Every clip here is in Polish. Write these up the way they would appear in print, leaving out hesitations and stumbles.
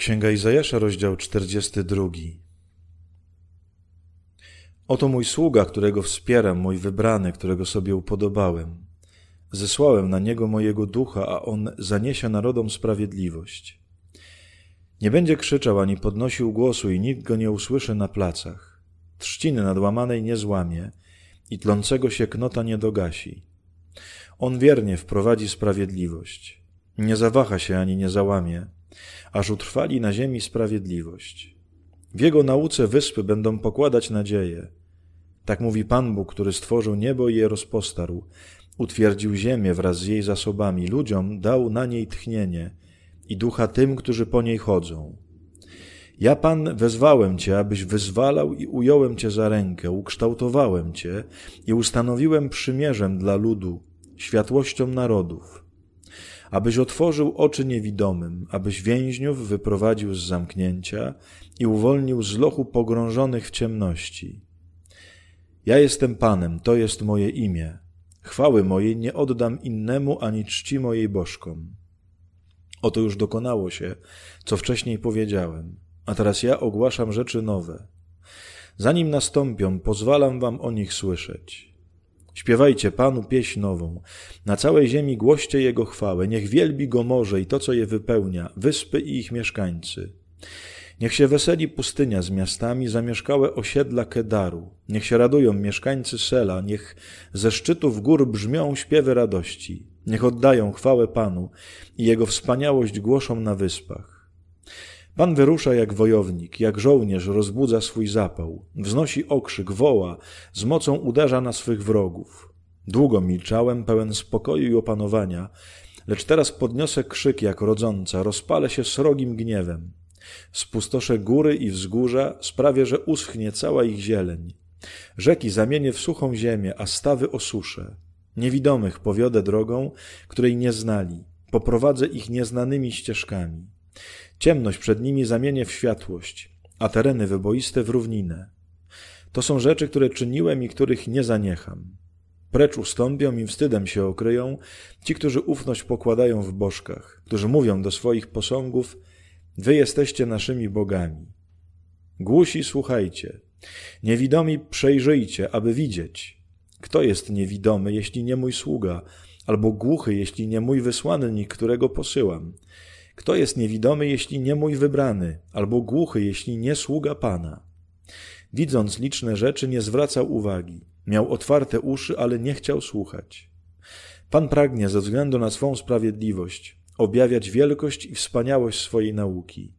Księga Izajasza, rozdział 42. Oto mój sługa, którego wspieram, mój wybrany, którego sobie upodobałem. Zesłałem na niego mojego ducha, a on zaniesie narodom sprawiedliwość. Nie będzie krzyczał ani podnosił głosu i nikt go nie usłyszy na placach. Trzciny nadłamanej nie złamie i tlącego się knota nie dogasi. On wiernie wprowadzi sprawiedliwość. Nie zawaha się ani nie załamie, aż utrwali na ziemi sprawiedliwość. W jego nauce wyspy będą pokładać nadzieję. Tak mówi Pan Bóg, który stworzył niebo i je rozpostarł, utwierdził ziemię wraz z jej zasobami, ludziom dał na niej tchnienie i ducha tym, którzy po niej chodzą. Ja, Pan, wezwałem Cię, abyś wyzwalał i ująłem Cię za rękę, ukształtowałem Cię i ustanowiłem przymierzem dla ludu, światłością narodów. Abyś otworzył oczy niewidomym, abyś więźniów wyprowadził z zamknięcia i uwolnił z lochu pogrążonych w ciemności. Ja jestem Panem, to jest moje imię. Chwały mojej nie oddam innemu, ani czci mojej bożkom. Oto już dokonało się, co wcześniej powiedziałem, a teraz ja ogłaszam rzeczy nowe. Zanim nastąpią, pozwalam wam o nich słyszeć. Śpiewajcie Panu pieśń nową, na całej ziemi głoście Jego chwałę, niech wielbi Go morze i to, co je wypełnia, wyspy i ich mieszkańcy. Niech się weseli pustynia z miastami, zamieszkałe osiedla Kedaru. Niech się radują mieszkańcy Sela, niech ze szczytów gór brzmią śpiewy radości. Niech oddają chwałę Panu i Jego wspaniałość głoszą na wyspach. Pan wyrusza jak wojownik, jak żołnierz rozbudza swój zapał, wznosi okrzyk, woła, z mocą uderza na swych wrogów. Długo milczałem, pełen spokoju i opanowania, lecz teraz podniosę krzyk jak rodząca, rozpalę się srogim gniewem. Spustoszę góry i wzgórza, sprawię, że uschnie cała ich zieleń. Rzeki zamienię w suchą ziemię, a stawy osuszę. Niewidomych powiodę drogą, której nie znali, poprowadzę ich nieznanymi ścieżkami. Ciemność przed nimi zamienię w światłość, a tereny wyboiste w równinę. To są rzeczy, które czyniłem i których nie zaniecham. Precz ustąpią i wstydem się okryją ci, którzy ufność pokładają w bożkach, którzy mówią do swoich posągów: wy jesteście naszymi bogami. Głusi słuchajcie, niewidomi przejrzyjcie, aby widzieć. Kto jest niewidomy, jeśli nie mój sługa, albo głuchy, jeśli nie mój wysłannik, którego posyłam? Kto jest niewidomy, jeśli nie mój wybrany, albo głuchy, jeśli nie sługa Pana? Widząc liczne rzeczy, nie zwracał uwagi. Miał otwarte uszy, ale nie chciał słuchać. Pan pragnie ze względu na swą sprawiedliwość objawiać wielkość i wspaniałość swojej nauki.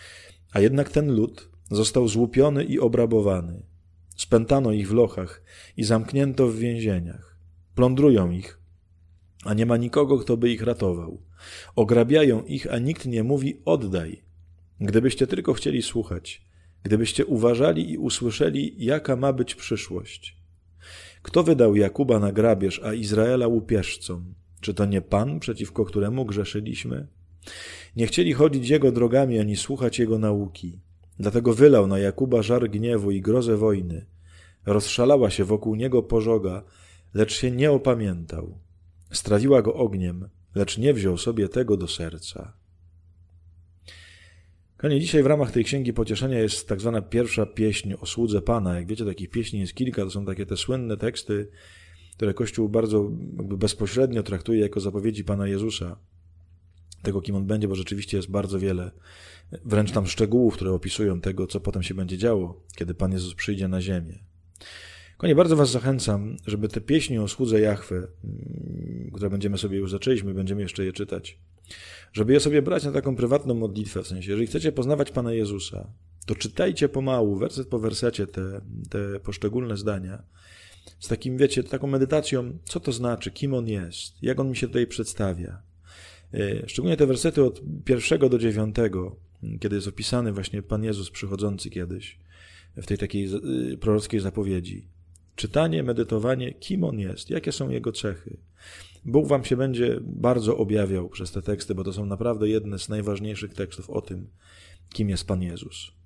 A jednak ten lud został złupiony i obrabowany. Spętano ich w lochach i zamknięto w więzieniach. Plądrują ich, a nie ma nikogo, kto by ich ratował. Ograbiają ich, a nikt nie mówi: oddaj. Gdybyście tylko chcieli słuchać, gdybyście uważali i usłyszeli, jaka ma być przyszłość. Kto wydał Jakuba na grabież, a Izraela łupieżcom? Czy to nie Pan, przeciwko któremu grzeszyliśmy? Nie chcieli chodzić Jego drogami, ani słuchać Jego nauki. Dlatego wylał na Jakuba żar gniewu i grozę wojny. Rozszalała się wokół niego pożoga, lecz się nie opamiętał. Strawiła go ogniem, lecz nie wziął sobie tego do serca. Kochani, dzisiaj w ramach tej Księgi Pocieszenia jest tak zwana pierwsza pieśń o słudze Pana. Jak wiecie, takich pieśni jest kilka, to są takie te słynne teksty, które Kościół bardzo bezpośrednio traktuje jako zapowiedzi Pana Jezusa, tego, kim On będzie, bo rzeczywiście jest bardzo wiele, wręcz tam szczegółów, które opisują tego, co potem się będzie działo, kiedy Pan Jezus przyjdzie na ziemię. Kochani, bardzo was zachęcam, żeby te pieśni o słudze Jahwe, które już zaczęliśmy, będziemy jeszcze je czytać, żeby je sobie brać na taką prywatną modlitwę, w sensie, jeżeli chcecie poznawać Pana Jezusa, to czytajcie pomału, werset po wersecie te poszczególne zdania, z takim, wiecie, taką medytacją, co to znaczy, kim On jest, jak On mi się tutaj przedstawia. Szczególnie te wersety od 1 do 9, kiedy jest opisany właśnie Pan Jezus przychodzący kiedyś, w tej takiej prorockiej zapowiedzi. Czytanie, medytowanie, kim On jest, jakie są Jego cechy. Bóg wam się będzie bardzo objawiał przez te teksty, bo to są naprawdę jedne z najważniejszych tekstów o tym, kim jest Pan Jezus.